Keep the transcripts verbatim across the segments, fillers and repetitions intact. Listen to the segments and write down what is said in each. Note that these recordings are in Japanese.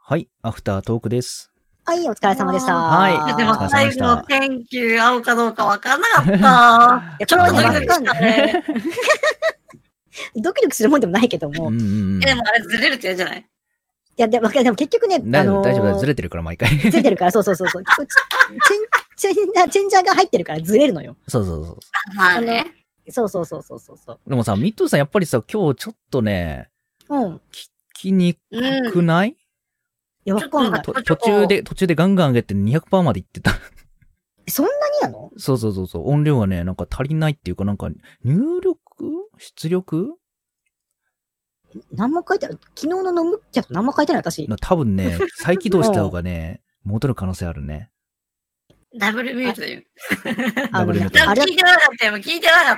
はい、アフタートークです。 はい、お疲れ様でした。 はい。 でも最後の天気合うかどうかわかんなかった。ちょっとドキドキしたね。 ドキドキするもんでもないけども。 うんうんうん、 でもあれずれるってやつじゃない？いや、でも、でも結局ね、 あのー、大丈夫、ずれてるから毎回。 ずれてるから、そうそうそうそう。チェン、チェンジャー、チェンジャーが入ってるからずれるのよ。 そうそうそう。 まあね。 そうそうそうそうそう。 でもさ、ミッドさんやっぱりさ、今日ちょっとね、 うん。 聞きにくない？うん、 いや、わかんない。 途中で、途中でガンガン上げて にひゃくパーセント までいってた。 そんなになの？ そうそうそうそう。音量がね、なんか足りないっていうか、なんか、入力出力何も書いてない。昨日の飲むキャット何も書いてない、私。 多分ね、再起動した方がね、戻る可能性あるね。 ダブルミュートだよ。 ダブルミュート。 聞いてなかったよ。聞いてなかった。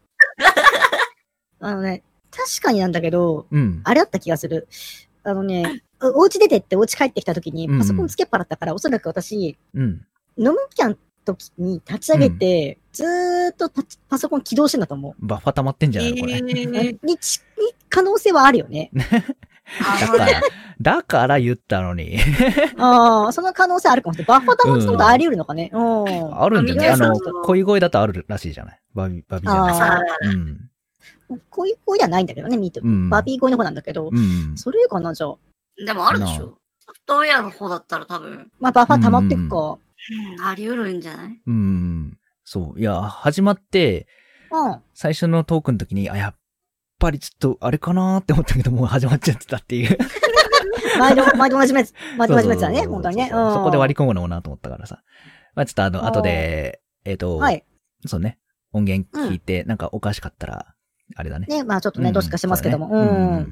うん、あのね、確かになんだけど、 うん、 あれだった気がする。あのね、お家出てってお家帰ってきた時に、パソコンつけっぱだったから、うん、おそらく私、うん、飲むキャン時に立ち上げて、うん、ずーっとパソコン起動してんだと思う。 バッファ溜まってんじゃないのこれ。えー、に、に、可能性はあるよね。 だから、だから言ったのに。 ああ、その可能性あるかもしれない。バッファ溜まってことあり得るのかね。うん、 あるんじゃない？あの、恋声だとあるらしいじゃない？バビ、バビじゃない。うん。 恋声じゃないんだけどね、ミート。うん、バビー声の方なんだけど、うん、それかな、じゃあ。 でもあるでしょ。ソフトウェアの方だったら多分。 まあ、バッファ溜まってくか。 うん、あり得るんじゃない？ うん。そう。いや、始まって、うん、最初のトークの時に、あ、やっぱりちょっと、あれかなーって思ったけど、もう始まっちゃってたっていう。 毎度、毎度同じやつ、毎度同じやつだね、本当にね。 そこで割り込むのもなと思ったからさ。まあちょっとあの、後で、えっと、はい。そうね、音源聞いて、なんかおかしかったら、あれだね。 ね、まあちょっとね、どうしかしてますけども。うん。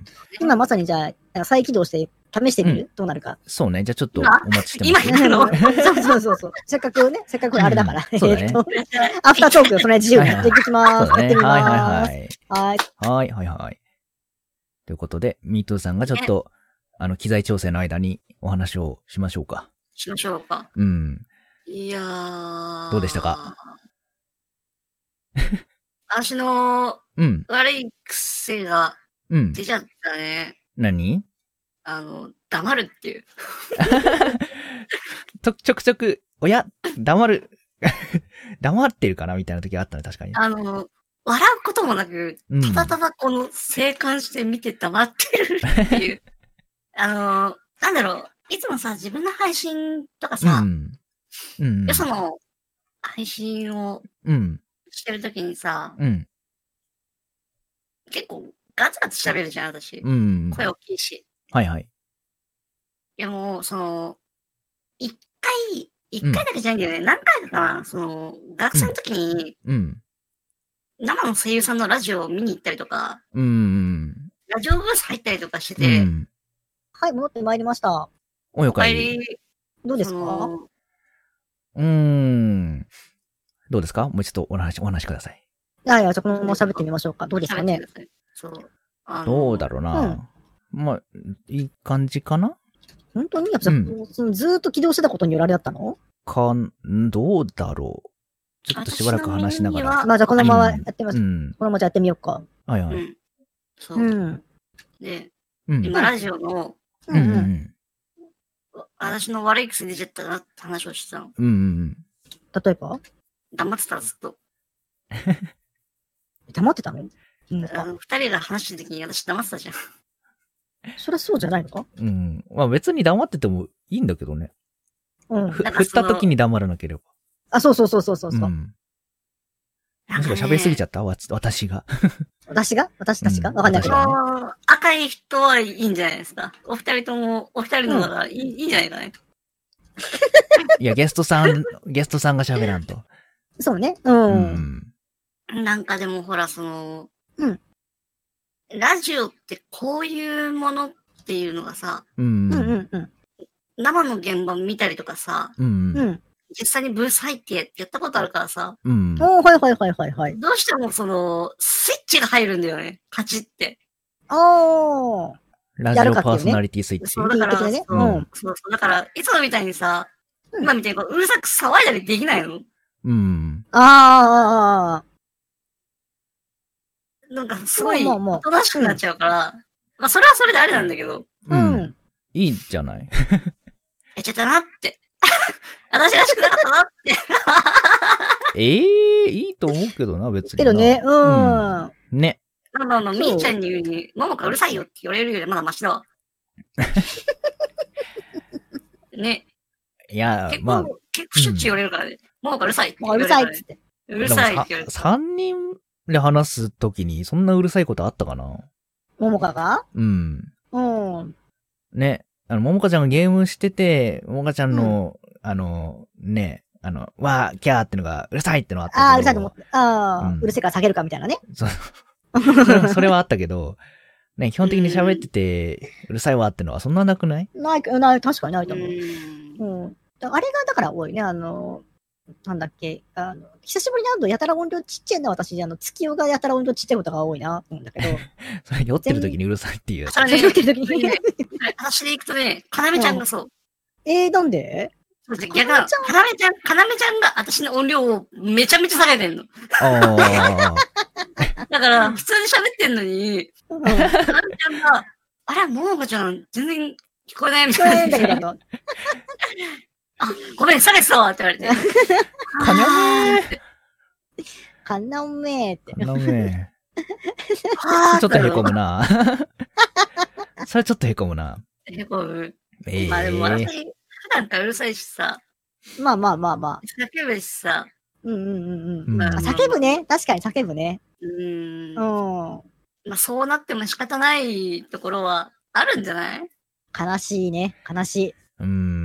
今まさにじゃあ、再起動して、試してみる、うん、どうなるか。 そうね。じゃあちょっとお待ちしてます。 今言うのそうそうそうそう。せっかくね、せっかくあれだから。 うん、そうだね。 アフタートーク、それ自由にやっていきます。やってみます。 はいはいはい。 はい。 はいはいはい。ということで、ミートゥーさんがちょっと、あの、機材調整の間にお話をしましょうか。 しましょうか。 うん。 いやー。 どうでしたか？ 私の、 うん。 悪い癖が、出ちゃったね。 うん、何？ あの、黙るっていう。 ちょ、ちょくちょく、おや、黙る。黙ってるかなみたいな時あったね、確かに。 あの、笑うこともなく、ただただこの、静観して見て黙ってるっていう。あの、なんだろう、いつもさ、自分の配信とかさ、うんうん、よその配信をしてるときにさ、うん、結構ガツガツ喋るじゃん、私。うん、声大きいし。 はいはい。 いやもう、その、一回、一回だけじゃないんだよね。うん、何回かな、その、学生の時に、うん、生の声優さんのラジオを見に行ったりとか、うん、ラジオブース入ったりとかしてて、うん、 はい、戻ってまいりました。 およかえり。 どうですか？ うーん。どうですか？もうちょっとお話、お話ください。 いやいや、ちょっともう喋ってみましょうか。どうですかね？ そう。 どうだろうな。うん、まあ、いい感じかな？ 本当にやっぱ、うん、そのずーっと起動してたことによられだったの？ かん、どうだろう。ちょっとしばらく話しながら。 まあじゃあこのままやってみます。うん、このままじゃやってみようか。 はいはい。うん、 そう。うん、で、うん、今ラジオの、うんうんうん私の悪い癖出ちゃったなって話をしてたの。 うんうんうん。 例えば？ 黙ってたずっと。 黙ってたの？ あの、二人が話してる時に私黙ってたじゃん。 そりゃそうじゃないのか？ うん。まあ別に黙っててもいいんだけどね。うん。ふ、振った時に黙らなければ。 あ、そうそうそうそうそうそう。うん。 もしか喋りすぎちゃったわ私が。 私が私たちがわ、うん、かんないけど、ね。 赤い人はいいんじゃないですか。お二人とも、お二人のだからいい、うん、いいんじゃないかね。 いや、ゲストさん、ゲストさんが喋らんと。 そうね。うん。 うん、なんかでもほら、その、うん。ラジオってこういうものっていうのがさ、うん。うんうんうん。生の現場見たりとかさ、うん。うん。実際にブース入ってやったことあるからさ。 うん。おー、はいはいはいはいはい。 どうしてもその、スイッチが入るんだよね。カチって。 おー。 ラジオパーソナリティスイッチ。 そう、だから、ね、そう、うん、そうそう。だから、いつもみたいにさ、うん、今みたいにこう、うるさく騒いだりできないの？ うん。 あー。なんかすごい、おとなしくなっちゃうから、まあそれはそれであれなんだけど。 うん。 いいじゃないやっちゃったなって。私らしくなかったなって。 ええー、いいと思うけどな、別に。 けどね、うん。 うん、ね。 まあまあまあ、みーちゃんに言うに、ももかうるさいよって言われるよりまだマシだわ。ね。 いや、まあ。 結構しょっちゅう言われるからね。ももかうるさいって言われるからね。うるさいっつって。 うるさいって言われる。 三人で話すときにそんなうるさいことあったかな？ ももかが？ うん。 うん。 ね。あの、ももかちゃんがゲームしてて、ももかちゃんの、うん、あの、ね、あの、わー、キャーってのがうるさいってのはあったけど。 ああ、うるさいと思って。ああ、うん、うるせえから下げるかみたいなね。 そう。それそれはあったけど、ね、基本的に喋ってて、うるさいわってのはそんななくない？ ない、ない、確かにないと思う。うん。あれがだから多いね、あの、なんだっけ、あの、久しぶりに会うとやたら音量ちっちゃいな、私、あの、月夜がやたら音量ちっちゃいことが多いな、と思うんだけど。 それ酔ってる時にうるさいっていう。 それね、酔ってる時に。私で行くとね、かなめちゃんがそう。 えー、なんで？ そうですね、逆なの。かなめちゃん、かなめちゃんが私の音量をめちゃめちゃ下げてんの。あだから、普通に喋ってんのに、かなめちゃんが、あれ、ももかちゃん、全然聞こえないみたいな。聞こえないんだけど。あ、ごめん、下げてたわって言われて。 かなめー。かなめーって。 かなめー。ちょっとへこむな。それちょっとへこむな。 へこむ。 ええー。 まあでも私、普段からうるさいしさ。 まあまあまあまあ。 叫ぶしさ。 うんうんうんうん。まあ、叫ぶね。確かに叫ぶね。 うん。うん。 まあそうなっても仕方ないところはあるんじゃない？ 悲しいね。悲しい。 うん。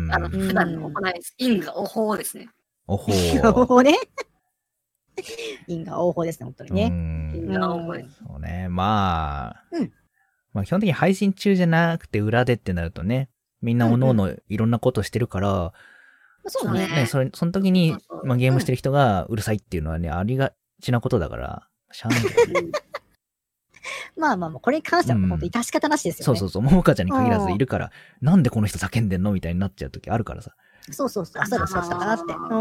あの、普段の行いです。因果応報ですね。 応報。 応報ね。因果応報ですね、本当にね。 因果応報です。 そうね。まあ。 うん。 まあ基本的に配信中じゃなくて裏でってなるとね、みんなおのおのいろんなことしてるから、うんうん、 そうね。 ね、それ、その時に、そうそうまあゲームしてる人がうるさいっていうのはね、うん、ありがちなことだから、しゃあないんだよね。 まあまあまあ、これに関しては本当に致し方なしですよね。 そうそうそう、ももかちゃんに限らずいるから、なんでこの人叫んでんのみたいになっちゃう時あるからさ。 そうそうそう、あ、そうだそうだったかなって。うん。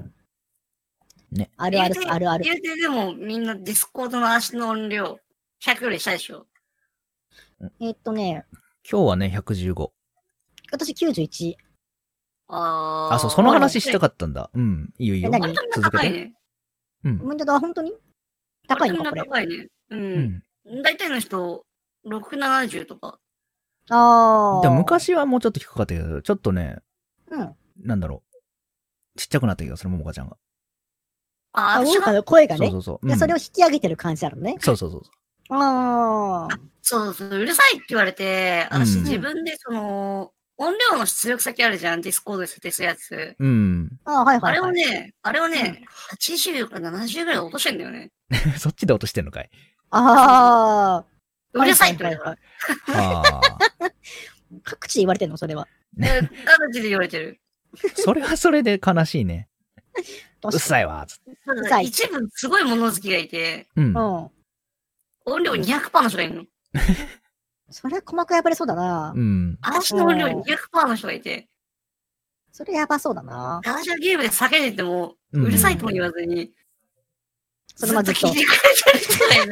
ね。あるある、あるある。 言うてでもみんなディスコードの足の音量、ひゃくよりしたでしょ？ えっとね。 今日はね、ひゃくじゅうご。 私きゅうじゅういち。 ああ、そう、その話したかったんだ。うん。いいよいいよ。 何？続けて。ね、 うん。 本当に高いのかこれ。 高いね。うん。うん、大体の人、ろく、ななじゅうとか。 ああ。 でも昔はもうちょっと低かったけど、ちょっとね、 うん。 なんだろう。ちっちゃくなったけど、それももかちゃんが。 ああ、ももかの声がね。 そうそうそう。 うん、それを引き上げてる感じあるのね。 そうそうそう。 ああ。 そうそう、うるさいって言われて、私自分でその、うん、音量の出力先あるじゃん、ディスコードで設定するやつ。 うん。 ああ、はいはい、はい。 あれをね、あれをね、うん、はちじゅうかななじゅうぐらい落としてんだよね。 そっちで落としてんのかい？ ああ。 うるさいって言われた。 ああ。 各地で言われてんのそれは。 各地で言われてる。 それはそれで悲しいね。うっさいわ。 うさい。一部すごい物好きがいて、 うん。 音量 にひゃくパーセント の人がいるの。 それは鼓膜破れそうだな。 うん。 私の音量 にひゃくパーセント の人がいて。 それやばそうだな。 私はゲームで叫んでても、うるさいとも言わずに、うん、 そのままずっと聞いてくれてる人がいる。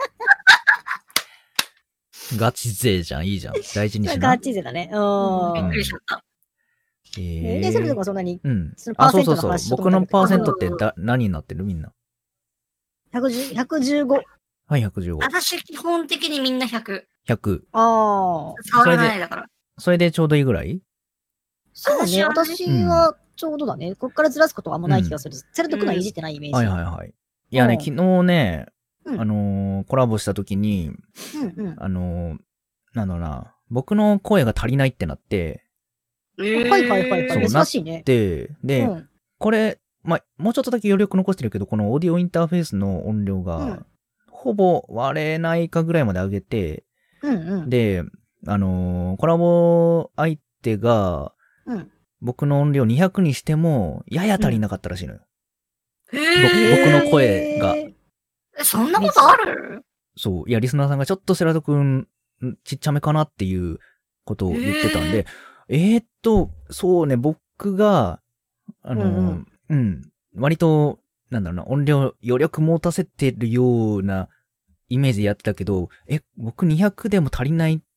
ガチ勢じゃん、いいじゃん。大事にしな。 ガチ勢だね。うん。 びっくりしちゃった。 えー。 えー、それとかそんなに。 うん。あ、そうそうそう。僕のパーセントってだ何になってるみんな。 ひゃくじゅう、ひゃくじゅうご。 はい、ひゃくじゅうご。 私、基本的にみんなひゃく。 ひゃく。 ああ。 触らないだから。 それでちょうどいいぐらい？ そうね。私はちょうどだね。うん、こっからずらすことはあんまない気がする。それとくのはいじってないイメージ。 はいはいはい。いやね、昨日ね、うん、あのー、コラボした時に、 うんうん、 あのー、なんだろうな、僕の声が足りないってなって、 えー、はいはいはいはい。難しいね。 で、で、うん、これ、まあ、もうちょっとだけ余力残してるけど、このオーディオインターフェースの音量が、うん、ほぼ割れないかぐらいまで上げて、 うんうん、 で、あのー、コラボ相手が、 うん、 僕の音量にひゃくにしても、やや足りなかったらしいのよ。 うん、へ僕の声が。 え、そんなことある？ そう。いや、リスナーさんがちょっとセラトくん、ちっちゃめかなっていうことを言ってたんで、えー、っと、そうね、僕が、あの、うん、うん、割と、なんだろうな、音量、余力持たせてるようなイメージでやってたけど、え、僕にひゃくでも足りない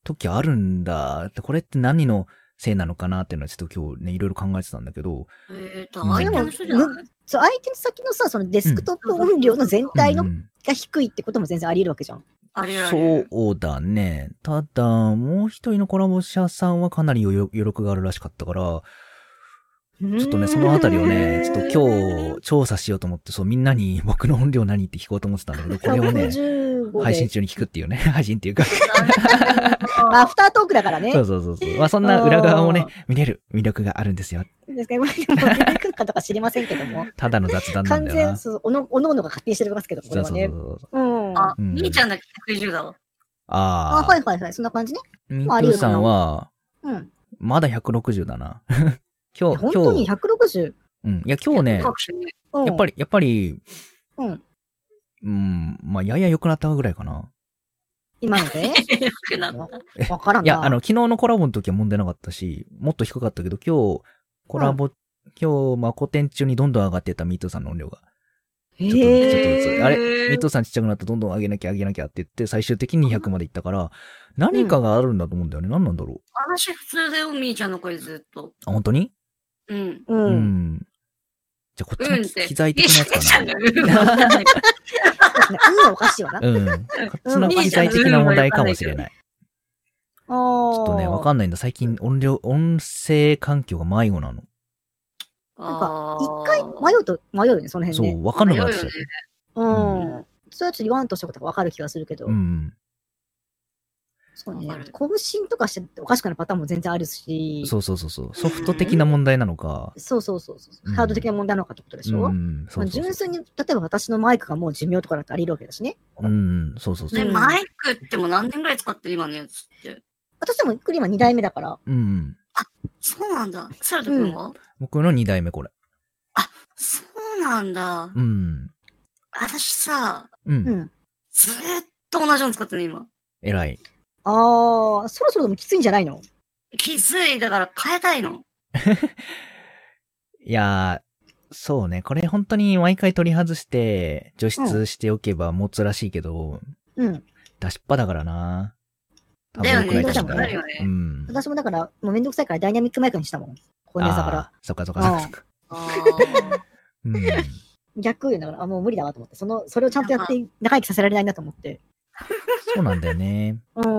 時あるんだ。これって何のせいなのかなっていうのはちょっと今日ね、いろいろ考えてたんだけど。 えーと、相手の人じゃない？ そう、相手先のさ、そのデスクトップ音量の全体の、が低いってことも全然あり得るわけじゃん。 あり得る。 そうだね。ただ、もう一人のコラボ者さんはかなり余力があるらしかったから、ちょっとね、そのあたりをね、ちょっと今日調査しようと思って、そう、みんなに僕の音量何って聞こうと思ってたんだけど、これをね、配信中に聞くっていうね、配信っていうかアフタートークだからね。 そうそうそうそう。まあそんな裏側もね、見れる魅力があるんですよ。 ですか、でも出てくるかとか知りませんけども。 ただの雑談なんだよな。 完全、そう、おの、おのおのが勝手にしてますけど、これはね。 そうそうそう。うん。 あ、みーちゃんだけひゃくじゅうだわ。 ああ。はいはいはい、そんな感じね。 みーさんは、 うん。 まだひゃくろくじゅうだな。今日、 本当にひゃくろくじゅう。 うん。いや、今日ね、やっぱり、やっぱり、 うん。 うん、まあ、やや良くなったぐらいかな。 今ので良くなった。 わからんな。 いや、あの、昨日のコラボの時は問題なかったし、もっと低かったけど、今日、コラボ、うん、今日、まあ、古典中にどんどん上がってたミートさんの音量が。ちょっと、ちょっとずつ、あれミートさんちっちゃくなったらどんどん上げなきゃ上げなきゃって言って、最終的にひゃくまでいったから、何かがあるんだと思うんだよね。何なんだろう。 話普通だよ、みーちゃんの声ずっと。 あ、本当に？ うん。 うん。うん。じゃあ、こっちの機材的なやつかな。 うんはおかしいわな。 うん。こっちの機材的な問題かもしれない。ちょっとね、わかんないんだ。最近音量、音声環境が迷子なの。 なんか、一回迷うと迷うよね、その辺ね。 そう、わかんなくなっちゃう。 うん。そうやって言わんとしたことがわかる気がするけど。 うん。 そうね。更新とかしておかしくなるパターンも全然あるし。 そうそうそうそう。ソフト的な問題なのか。 そうそうそうそう。ハード的な問題なのかってことでしょ。うん。そうそうそう。純粋に、例えば私のマイクがもう寿命とかだってあり得るわけだしね。 うん、そうそうそう。 で、マイクってもう何年ぐらい使ってる今のやつって。 私でも今にだいめだから。 うん。 あ、そうなんだ。サルト君は？ 僕のにだいめこれ。 あ、そうなんだ。 うん。 私さ、 うん。 ずーっと同じの使ってる今。 偉い。 ああ、そろそろでもきついんじゃないの？ きつい。だから変えたいの。 いやー、そうね。これ本当に毎回取り外して除湿しておけば持つらしいけど、 うん。 出しっぱだからな。 だよね。 どうしたもんね。 うん。 私もだから、もうめんどくさいからダイナミックマイクにしたもん。コンデンサから。 そっかそっかそっかそっか。 あうん。 逆だから、あ、もう無理だわと思って、その、それをちゃんとやって長生きさせられないなと思って。 そうなんだよね。 うん。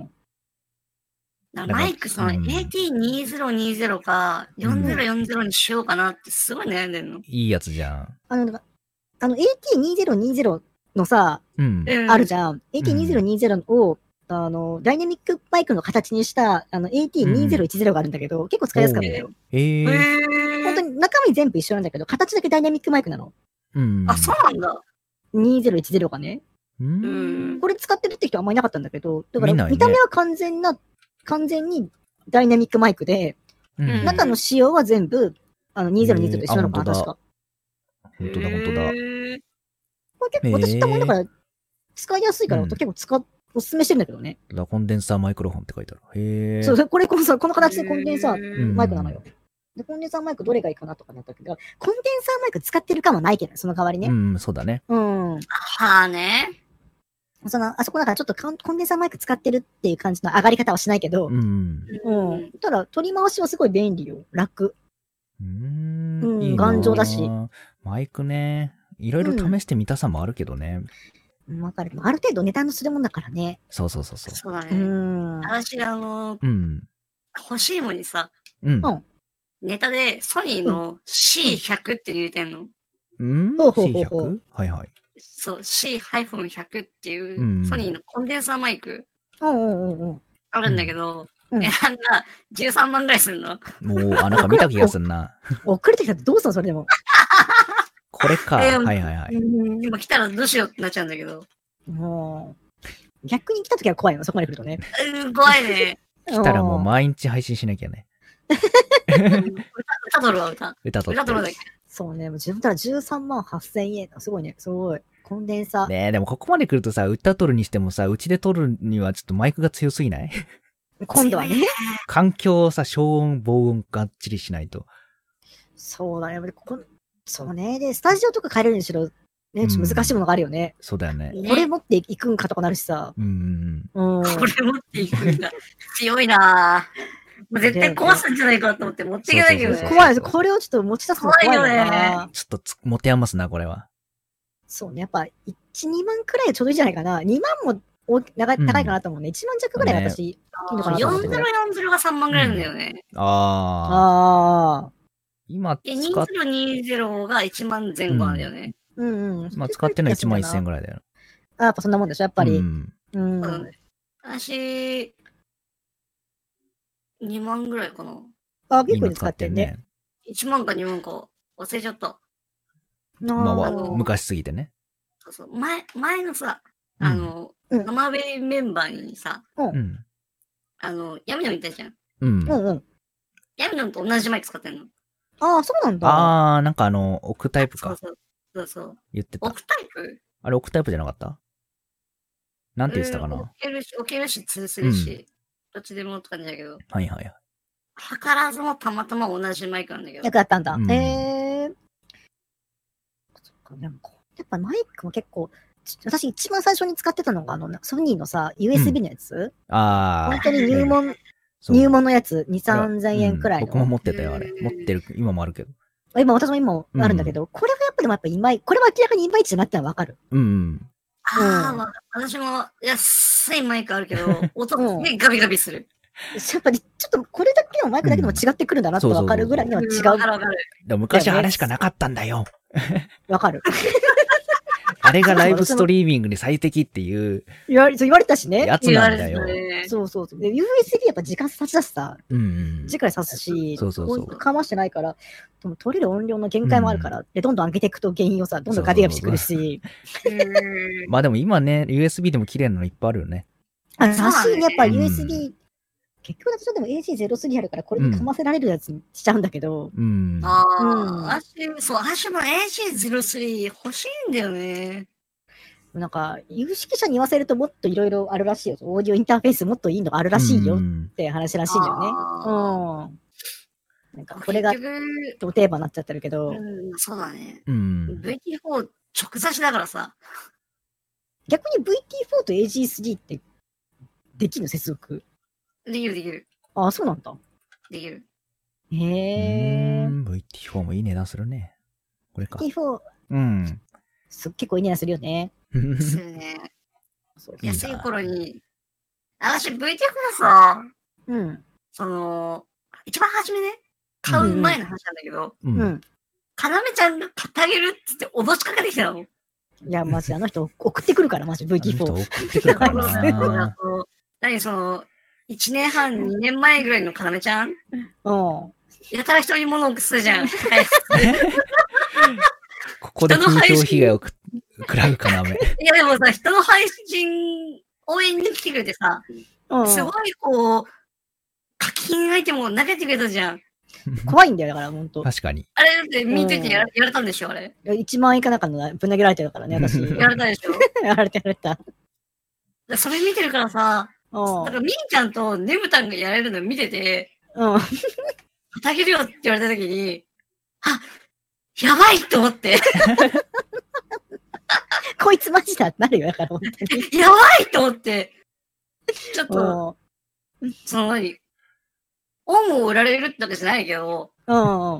マイクその エーティーにせんにじゅう かよんせんよんじゅうにしようかなってすごい悩んでんの。 いいやつじゃん。 あの、あの エーティーにせんにじゅう のさ、 うん、 あるじゃん。エーティーにせんにじゅう を、あの、ダイナミックマイクの形にした、あの、エーティーにせんじゅうがあるんだけど、うん、結構使いやすかったよ。 えー、えー。本当に中身全部一緒なんだけど、形だけダイナミックマイクなの。 うん。 あ、そうなんだ。 にせんじゅうがね。 うん。 これ使ってるって人はあんまりいなかったんだけど、だから見た目は完全な、ね、完全にダイナミックマイクで、うん、中の仕様は全部、あの、にせんにじゅうと一緒なのかな、確か。 本当だ、本当だ。 これ結構、私たまにだから、使いやすいから、うん、結構使っ、おすすめしてるんだけどね。 だコンデンサーマイクロフォンって書いてある。へー。 そう、これこのさ、この形でコンデンサーマイクなのよ。で、コンデンサーマイクどれがいいかなとかなったけど、コンデンサーマイク使ってるかもないけど、その代わりね。 うん、そうだね。 うん。 はあね。 その、あそこだからちょっとコンデンサーマイク使ってるっていう感じの上がり方はしないけど、 うん。 うん。ただ、取り回しはすごい便利よ。楽。 うーん。 うん、いい頑丈だし。 マイクね。いろいろ試してみたさもあるけどね。 うん、わかる。ある程度値段のするもんだからね。 そうそうそうそう。 そうだね。 うん。 私、あの、 うん。 欲しいもんにさ、 うん。 ネタでソニーの シーひゃく って言うてんの。 うん ?シーひゃく? はいはい。 そう、シーひゃく っていうソニーのコンデンサーマイクあるんだけど、値段がじゅうさんまんぐらいするの。 もう、あ、なんか見た気がするな。 送れてきたってどうすんのそれでも。 これか。はいはいはい。 今来たらどうしようってなっちゃうんだけど。 もう、逆に来た時は怖いの、そこまで来るとね。 うん、怖いね。 来たらもう毎日配信しなきゃね。 歌撮るわ、歌。 歌撮る。 歌撮るだけ。 そうね、自分たらじゅうさんまんはっせんえん。すごいね、すごい。コンデンサー。 ねえ、でもここまで来るとさ、歌撮るにしてもさ、うちで撮るにはちょっとマイクが強すぎない？ 今度はね。 環境をさ、消音、防音がっちりしないと。 そうだね。ここそうね。で、スタジオとか変えるにしろ、 ね、ちょっと難しいものがあるよね。 そうだよね。 これ持っていくんかとかなるしさ。 うん。 うん。これ持っていくんだ。強いなぁ。もう絶対壊すんじゃないかと思って持っていけないけどね。 怖いです。これをちょっと持ち出すの怖いよね。 ちょっとつ持て余すな、これは。 そうね。やっぱ、いち、にまんくらいがちょうどいいんじゃないかな。にまんもお高いかなと思うね。いちまん弱ぐらい私、いいのかなと思って。 よんぜろよんぜろがさんまんぐらいなんだよね。 ああ。ああ。今使っ、にーぜろにーぜろがいちまんぜん後なんだよね。 うんうん。 まあ使ってるのはいちまんせんえんぐらいだよ。 あ、やっぱそんなもんでしょ、やっぱり。 うん。 うん。 私、にまんぐらいかな。 あ、結構使ってんね。 いちまんかにまんか忘れちゃった。 まあ、昔すぎてね。 そうそう。前、前のさ、あの、生ベイメンバーにさ、あの、ヤミノンいたじゃん。 うん。うんうん。 ヤミノンと同じマイク使ってんの。 ああ、そうなんだ。 ああ、なんかあの、置くタイプか。 そうそう。そうそう。 言ってた。 置くタイプあれ置くタイプじゃなかったなんて言ってたかな、 置けるし、置けるし、吊るせるし、どっちでもって感じだけど。 はいはいはい。 図らずもたまたま同じマイクなんだけど。 役だったんだ。へえ。そっか、なんか、やっぱマイクも結構、私一番最初に使ってたのが、あの、ソニーのさ、ユーエスビー のやつ、ああ。本当に入門、入門のやつ、に、さんぜんえんくらいの。 僕も持ってたよ、あれ。持ってる、今もあるけど。 今、私も今あるんだけど、これがやっぱでもやっぱいまい、これは明らかにいまいちじゃなってのはわかる。 うん。 ああ、まあ、私も安いマイクあるけど、音ね、ガビガビする。 やっぱり、ちょっとこれだけのマイクだけでも違ってくるんだなってわかるぐらいには違う。 わかるわかる。 でも昔あれしかなかったんだよ。 わかる。 あれがライブストリーミングに最適っていう。 言われ、言われたしね。 やつなんだよ。 そうそうそう。で、ユーエスビー やっぱ時間差し出すさ。 うん。 時間差すし。 そうそうそう。 かましてないから、でも取れる音量の限界もあるから、で、どんどん上げていくと原因をさ、どんどんガビガビしてくるし。 まあでも今ね、ユーエスビー でも綺麗なのいっぱいあるよね。 あ、らしいね。やっぱ ユーエスビー、結局私はでも エージーゼロスリー あるからこれにかませられるやつにしちゃうんだけど。 うん。 ああ、私、そう、私も エージーゼロスリー 欲しいんだよね。 なんか、有識者に言わせるともっといろいろあるらしいよ。オーディオインターフェースもっといいのあるらしいよって話らしいんだよね。うん。なんか、これが、ド定番になっちゃってるけど。 うん、そうだね。 うん。 ブイティーフォー 直差しだからさ。 逆に ブイティーフォー と エージースリー って、できるの接続できるできる。 ああ、そうなんだ。 できる。 へえ。 ブイティーフォー もいい値段するね。これか。 ブイティーフォー。 うん。 結構いい値段するよね。 するね。安い頃に、私 ブイティーフォー さ、 うん。 その、一番初めね、買う前の話なんだけど、 うん。 かなめちゃんが買ってあげるっつって脅しかけてきたの。 いや、マジあの人送ってくるから、マジ ブイティーフォー。 送ってくるからな。 何その、一年半、二年前ぐらいのかなめちゃんうん。 やたら人に物を送すじゃん。 ここで風評被害を食らうかなめ。 いやでもさ、人の配信応援に来てくれてさ、うん、すごいこう、課金アイテムを投げてくれたじゃん。 怖いんだよ、だから、ほんと。 確かに。 あれだって見ててやら、やられたんでしょ、あれ。 いちまん円かなんかのぶん投げられてるからね、私。 やられたでしょやられてやられた。 それ見てるからさ、だからみーちゃんとねぶたんがやれるの見てて、 うん。 叩けるよって言われた時に、あ、やばいって思って。 こいつマジだってなるよ、だから本当に。 やばいって思って、ちょっと、その何、恩を売られるってわけじゃないけど、 うん、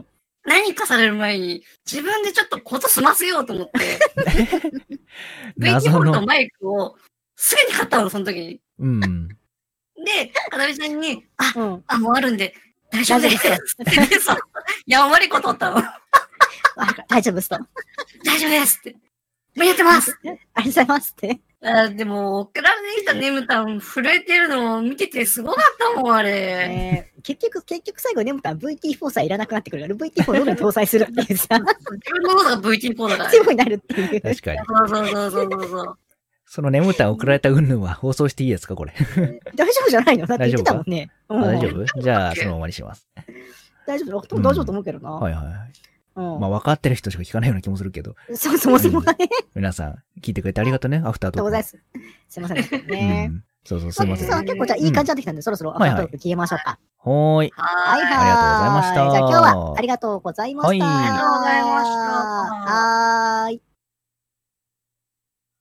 何かされる前に自分でちょっとこと済ませようと思って、ブイティーフォー とマイクをすぐに買ったの、その時に。 うん、 で、かなめちゃんに、あ、 うん、 あ、もうあるんで、大丈夫ですってさ、やんわりことったの。 大丈夫ですと。 大丈夫ですって。もうやってますって。 ありがとうございますって。 あでも、送られてきたネムタン震えてるのを見ててすごかったもん、あれ。 えー、結局、結局最後ネムタン ブイティーフォー さえいらなくなってくるから、ブイティーフォー どんどん搭載するっていうさ。 自分のことが ブイティーフォー だから、 ね。強くなるっていう。 確かに。 そうそうそうそうそう。 そのネムタン送られた云々は放送していいですか、これ。 大丈夫じゃないのだって言ってたもんね。 大丈夫じゃあ、そのままにします。 大丈夫大丈夫と思うけどな。 はいはいはい。まあ分かってる人しか聞かないような気もするけど。 そう、そもそもね。 皆さん、聞いてくれてありがとうね、アフタートーク。 ありがとうございます。すいませんね。 そうそう、すいません。 結構じゃあいい感じになってきたんで、そろそろアフタートーク消えましょうか。 はーい。 はいはい。 ありがとうございました。 じゃあ今日はありがとうございました。 ありがとうございました。 はーい。